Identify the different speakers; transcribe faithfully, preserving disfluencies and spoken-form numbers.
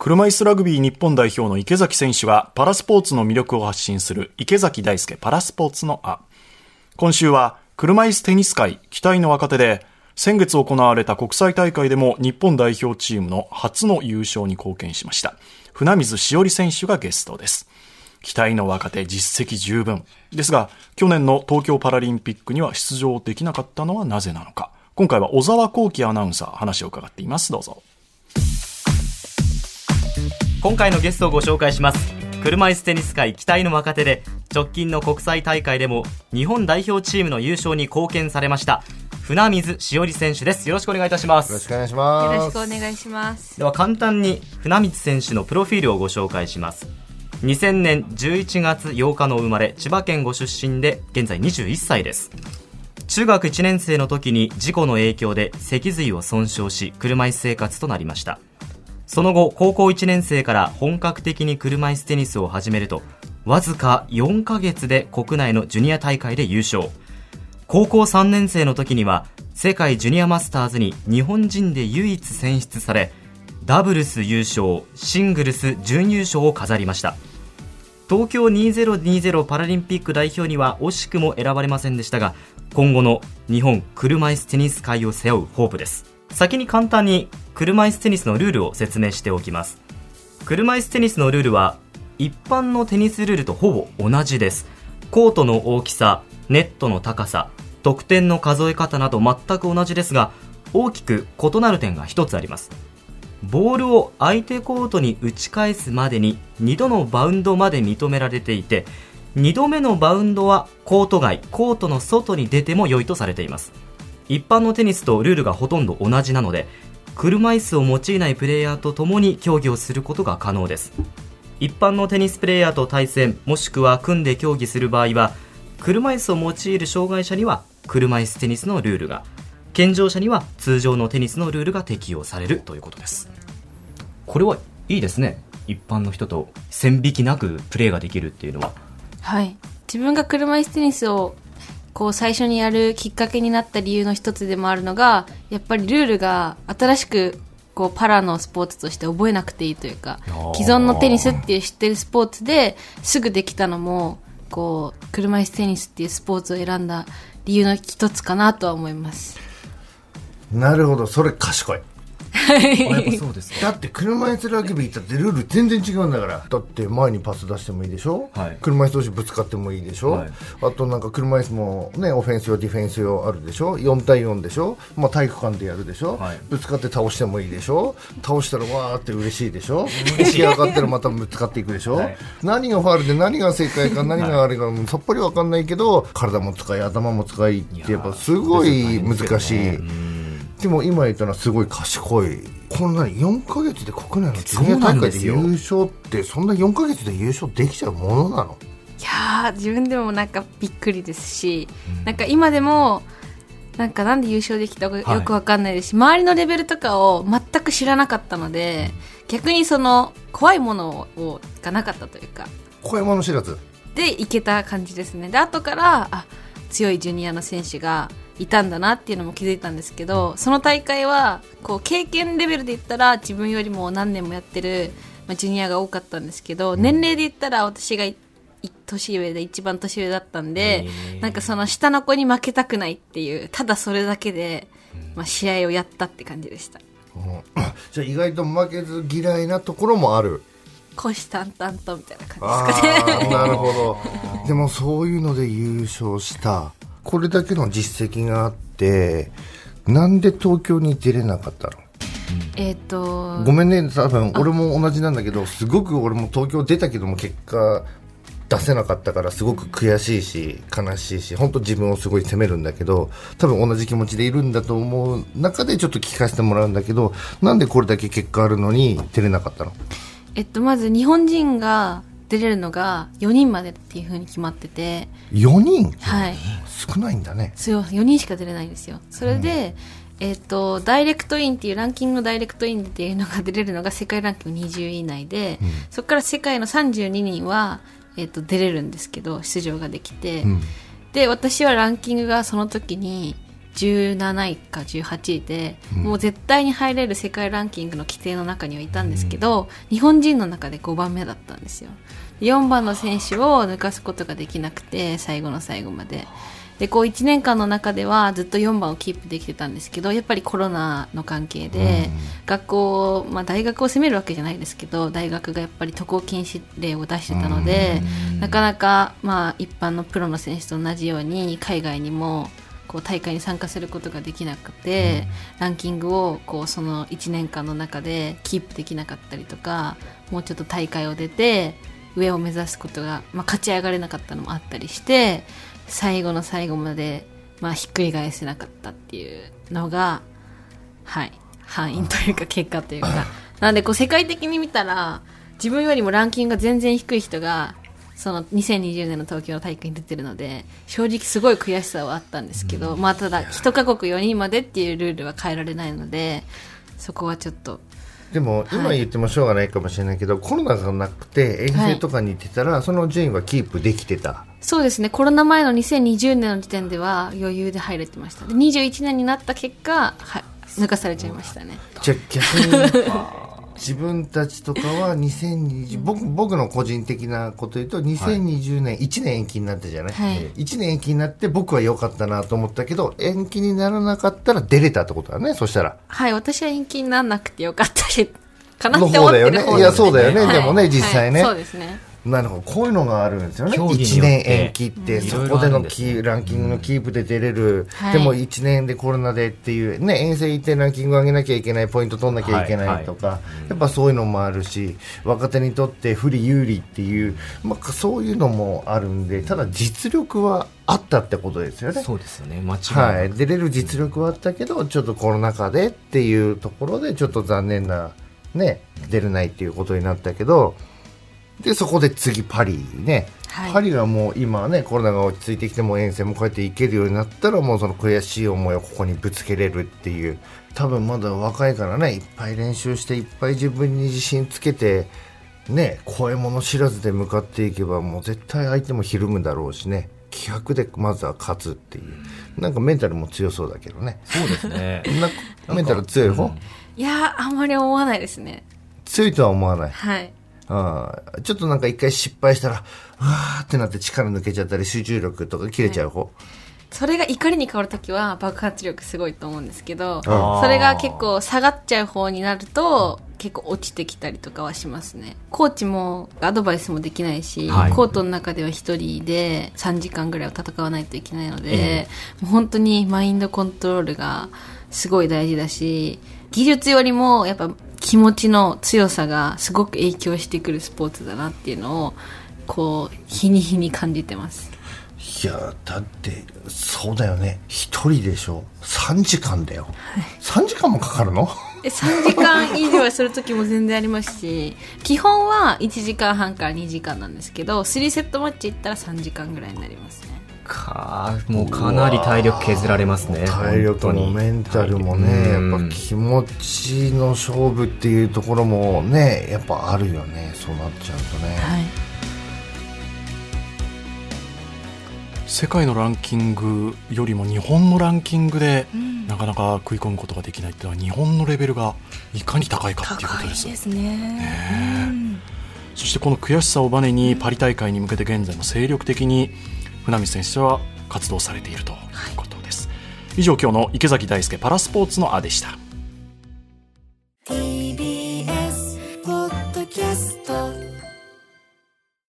Speaker 1: 車椅子ラグビー日本代表の池崎選手がパラスポーツの魅力を発信する池崎大輔パラスポーツのあ。今週は車椅子テニス界期待の若手で、先月行われた国際大会でも日本代表チームの初の優勝に貢献しました船水しおり選手がゲストです。期待の若手、実績十分ですが、去年の東京パラリンピックには出場できなかったのはなぜなのか。今回は小沢光輝アナウンサー、話を伺っています。どうぞ。
Speaker 2: 今回のゲストをご紹介します。車椅子テニス界期待の若手で、直近の国際大会でも日本代表チームの優勝に貢献されました船水しおり選手です。よろしくお願いいたします。
Speaker 3: よろしくお願いします。
Speaker 4: よろしくお願いします。
Speaker 2: では簡単に船水選手のプロフィールをご紹介します。にせんねんじゅういちがつようかの生まれ、千葉県ご出身で現在にじゅういっさいです。中学いちねん生の時に事故の影響で脊髄を損傷し、車椅子生活となりました。その後高校いちねん生から本格的に車椅子テニスを始めると、わずかよんかげつで国内のジュニア大会で優勝。高校さんねん生の時には世界ジュニアマスターズに日本人で唯一選出され、ダブルス優勝、シングルス準優勝を飾りました。東京にせんにじゅうパラリンピック代表には惜しくも選ばれませんでしたが、今後の日本車椅子テニス界を背負うホープです。先に簡単に車椅子テニスのルールを説明しておきます。車椅子テニスのルールは一般のテニスルールとほぼ同じです。コートの大きさ、ネットの高さ、得点の数え方など全く同じですが、大きく異なる点が一つあります。ボールを相手コートに打ち返すまでににどのバウンドまで認められていて、にどめのバウンドはコート外、コートの外に出ても良いとされています。一般のテニスとルールがほとんど同じなので、車椅子を用いないプレイヤーと共に競技をすることが可能です。一般のテニスプレイヤーと対戦、もしくは組んで競技する場合は、車椅子を用いる障害者には車椅子テニスのルールが、健常者には通常のテニスのルールが適用されるということです。これはいいですね。一般の人と線引きなくプレーができるっていうのは。
Speaker 4: はい、自分が車椅子テニスをこう最初にやるきっかけになった理由の一つでもあるのが、やっぱりルールが新しくこうパラのスポーツとして覚えなくていいというか、既存のテニスっていう知ってるスポーツですぐできたのも、こう車椅子テニスっていうスポーツを選んだ理由の一つかなとは思います。
Speaker 3: なるほど、それ賢い。
Speaker 2: やっぱそうですか。
Speaker 3: だって車椅子ラグビーだってルール全然違うんだから。だって前にパス出してもいいでしょ、はい、車椅子同士ぶつかってもいいでしょ、はい、あとなんか車椅子もね、オフェンス用ディフェンス用あるでしょ、よんたいよんでしょ、まあ、体育館でやるでしょ、はい、ぶつかって倒してもいいでしょ、倒したらわーって嬉しいでしょ、起き上がったらまたぶつかっていくでしょ、はい、何がファウルで何が正解か何があれかさっぱり分かんないけど、体も使い頭も使いってやっぱすごい難しい。でも今言ったのはすごい賢い。こんなによんかげつで国内のジュニア大会で優勝って、そんなよんかげつで優勝できちゃうものなの？
Speaker 4: いやー、自分でもなんかびっくりですし、うん、なんか今でもなんかなんで優勝できたかよくわかんないですし、はい、周りのレベルとかを全く知らなかったので、逆にその怖いものをがなかったというか、
Speaker 3: 怖いもの知らず
Speaker 4: でいけた感じですね。で後からあ強いジュニアの選手がいたんだなっていうのも気づいたんですけど、その大会はこう経験レベルで言ったら自分よりも何年もやってる、まあ、ジュニアが多かったんですけど、うん、年齢で言ったら私が年上で一番年上だったんで、なんかその下の子に負けたくないっていう、ただそれだけで、まあ、試合をやったって感じでした、
Speaker 3: うん、じゃあ意外と負けず嫌いなところもある。
Speaker 4: 虎視眈々とみたいな感じですかね。
Speaker 3: なるほど。でもそういうので優勝した、これだけの実績があって、なんで東京に出れなかったの？
Speaker 4: えーと
Speaker 3: ごめんね、多分俺も同じなんだけど、すごく俺も東京出たけども結果出せなかったからすごく悔しいし悲しいし、本当自分をすごい責めるんだけど、多分同じ気持ちでいるんだと思う中でちょっと聞かせてもらうんだけど、なんでこれだけ結果あるのに出れなかったの？
Speaker 4: えっとまず日本人が出れるのがよにんまでっていう風に決まってて。
Speaker 3: よにん？
Speaker 4: はい、
Speaker 3: 少ないんだね。
Speaker 4: そう、よにんしか出れないんですよ。それで、うん、えっとダイレクトインっていうランキングのダイレクトインっていうのが出れるのが世界ランキングにじゅうい以内で、うん、そこから世界のさんじゅうににんは、えっと、出れるんですけど出場ができて、うん、で私はランキングがその時にじゅうなないかじゅうはちいで、うん、もう絶対に入れる世界ランキングの規定の中にはいたんですけど、うん、日本人の中でごばんめだったんですよ。よんばんの選手を抜かすことができなくて、最後の最後まででこういちねんかんの中ではずっとよんばんをキープできてたんですけど、やっぱりコロナの関係で、うん、学校、まあ、大学を責めるわけじゃないですけど、大学がやっぱり渡航禁止令を出してたので、うん、なかなか、まあ、一般のプロの選手と同じように海外にもこう大会に参加することができなくて、うん、ランキングをこうそのいちねんかんの中でキープできなかったりとか、もうちょっと大会を出て上を目指すことが、まあ、勝ち上がれなかったのもあったりして、最後の最後まで、まあ、ひっくり返せなかったっていうのが、はい、敗因というか結果というかなのでこう世界的に見たら自分よりもランキングが全然低い人がそのにせんにじゅうねんの東京の大会に出てるので、正直すごい悔しさはあったんですけど、うん、まあ、ただいちカ国よにんまでっていうルールは変えられないので、そこはちょっと
Speaker 3: でも今言ってもしょうがないかもしれないけど、はい、コロナがなくて遠征とかに行ってたら、はい、その順位はキープできてた。
Speaker 4: そうですね、コロナ前のにせんにじゅうねんの時点では余裕で入れてました。でにじゅういちねんになった結果、はい、抜かされちゃいましたね。
Speaker 3: じゃあ逆に自分たちとかはにせんにじゅう、僕、僕の個人的なこと言うとにせんにじゅうねんいちねん延期になったじゃない、はい、いちねん延期になって僕は良かったなと思ったけど、延期にならなかったら出れたってことだね。そしたら
Speaker 4: はい、私は延期にならなくてよかったかなって思ってる方ですね。
Speaker 3: いやそうだよね、はい、でもね実際ね、
Speaker 4: はい、そうですね。
Speaker 3: なるほど、こういうのがあるんですよね。いちねん延期って、うん、そこでのキーランキングのキープで出れる、うん、でもいちねんでコロナでっていうね、遠征行ってランキング上げなきゃいけない、ポイント取んなきゃいけないとか、はいはい、やっぱそういうのもあるし、若手にとって不利有利っていう、まあ、そういうのもあるんで、ただ実力はあったってことですよね。
Speaker 2: そうですよね、間違いない、
Speaker 3: はい、出れる実力はあったけど、ちょっとコロナ禍でっていうところでちょっと残念なね、出れないっていうことになったけど、でそこで次パリね、はい、パリはもう今はね、コロナが落ち着いてきても遠征もこうやって行けるようになったら、もうその悔しい思いをここにぶつけれるっていう、多分まだ若いからね、いっぱい練習していっぱい自分に自信つけてね、怖いもの知らずで向かっていけば、もう絶対相手もひるむだろうしね、気迫でまずは勝つっていう、なんかメンタルも強そうだけどね。
Speaker 2: そうですね
Speaker 3: メンタル強い方、うん、
Speaker 4: いやあんまり思わないですね。
Speaker 3: 強いとは思わない。
Speaker 4: はい、
Speaker 3: あちょっとなんか一回失敗したらうわーってなって力抜けちゃったり集中力とか切れちゃう方、はい、
Speaker 4: それが怒りに変わるときは爆発力すごいと思うんですけど、それが結構下がっちゃう方になると結構落ちてきたりとかはしますね。コーチもアドバイスもできないし、はい、コートの中では一人でさんじかんぐらいは戦わないといけないので、うん、もう本当にマインドコントロールがすごい大事だし、技術よりもやっぱ気持ちの強さがすごく影響してくるスポーツだなっていうのをこう日に日に感じてます。
Speaker 3: いやだってそうだよね、一人でしょ、さんじかんだよ、はい、さんじかんもかかるの
Speaker 4: えさんじかん以上する時も全然ありますし、基本はいちじかんはんからにじかんなんですけど、さんセットマッチ行ったらさんじかんぐらいになりますね。
Speaker 2: かもうかなり体力削られますね。
Speaker 3: 体力もメンタルもね、やっぱ気持ちの勝負っていうところもね、やっぱあるよね、そうなっちゃうとね、はい、
Speaker 1: 世界のランキングよりも日本のランキングでなかなか食い込むことができないっていうのは、日本のレベルがいかに高いかっていうことです。
Speaker 4: 高いですね、
Speaker 1: ね、うん、そしてこの悔しさをバネにパリ大会に向けて現在も精力的に船見選手は活動されているということです。以上、今日の池崎大輔パラスポーツのあでした。